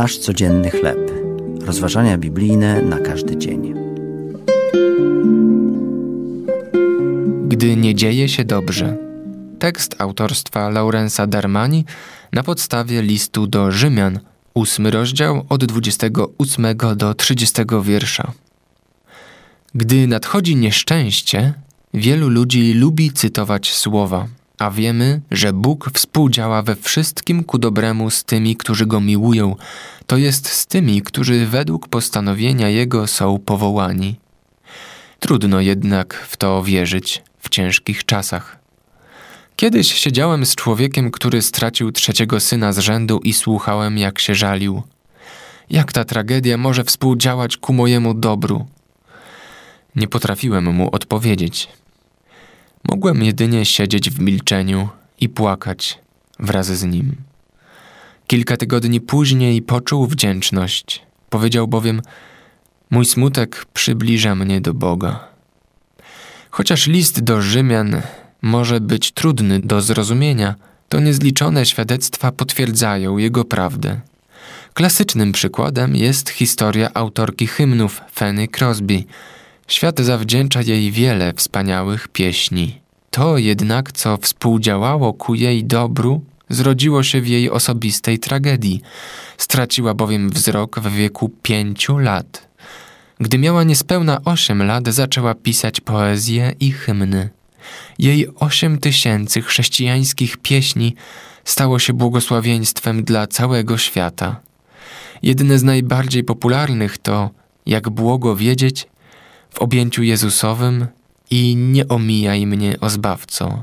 Nasz codzienny chleb. Rozważania biblijne na każdy dzień. Gdy nie dzieje się dobrze. Tekst autorstwa Laurensa Darmani na podstawie listu do Rzymian, 8 rozdział od 28 do 30 wiersza. Gdy nadchodzi nieszczęście, wielu ludzi lubi cytować słowa, a wiemy, że Bóg współdziała we wszystkim ku dobremu z tymi, którzy Go miłują, to jest z tymi, którzy według postanowienia Jego są powołani. Trudno jednak w to wierzyć w ciężkich czasach. Kiedyś siedziałem z człowiekiem, który stracił 3. syna z rzędu i słuchałem, jak się żalił. Jak ta tragedia może współdziałać ku mojemu dobru? Nie potrafiłem mu odpowiedzieć. Mogłem jedynie siedzieć w milczeniu i płakać wraz z nim. Kilka tygodni później poczuł wdzięczność. Powiedział bowiem: mój smutek przybliża mnie do Boga. Chociaż list do Rzymian może być trudny do zrozumienia, to niezliczone świadectwa potwierdzają jego prawdę. Klasycznym przykładem jest historia autorki hymnów Fanny Crosby. Świat zawdzięcza jej wiele wspaniałych pieśni. To jednak, co współdziałało ku jej dobru, zrodziło się w jej osobistej tragedii. Straciła bowiem wzrok w wieku 5 lat. Gdy miała niespełna 8 lat, zaczęła pisać poezję i hymny. Jej 8000 chrześcijańskich pieśni stało się błogosławieństwem dla całego świata. Jedne z najbardziej popularnych to Jak błogo wiedzieć, W objęciu Jezusowym i Nie omijaj mnie, o Zbawco.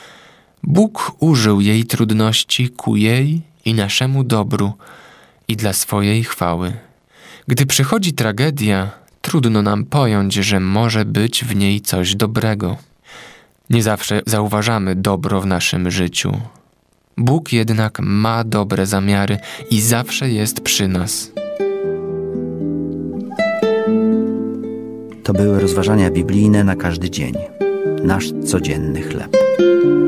Bóg użył jej trudności ku jej i naszemu dobru i dla swojej chwały. Gdy przychodzi tragedia, trudno nam pojąć, że może być w niej coś dobrego. Nie zawsze zauważamy dobro w naszym życiu. Bóg jednak ma dobre zamiary i zawsze jest przy nas. To były rozważania biblijne na każdy dzień. Nasz codzienny chleb.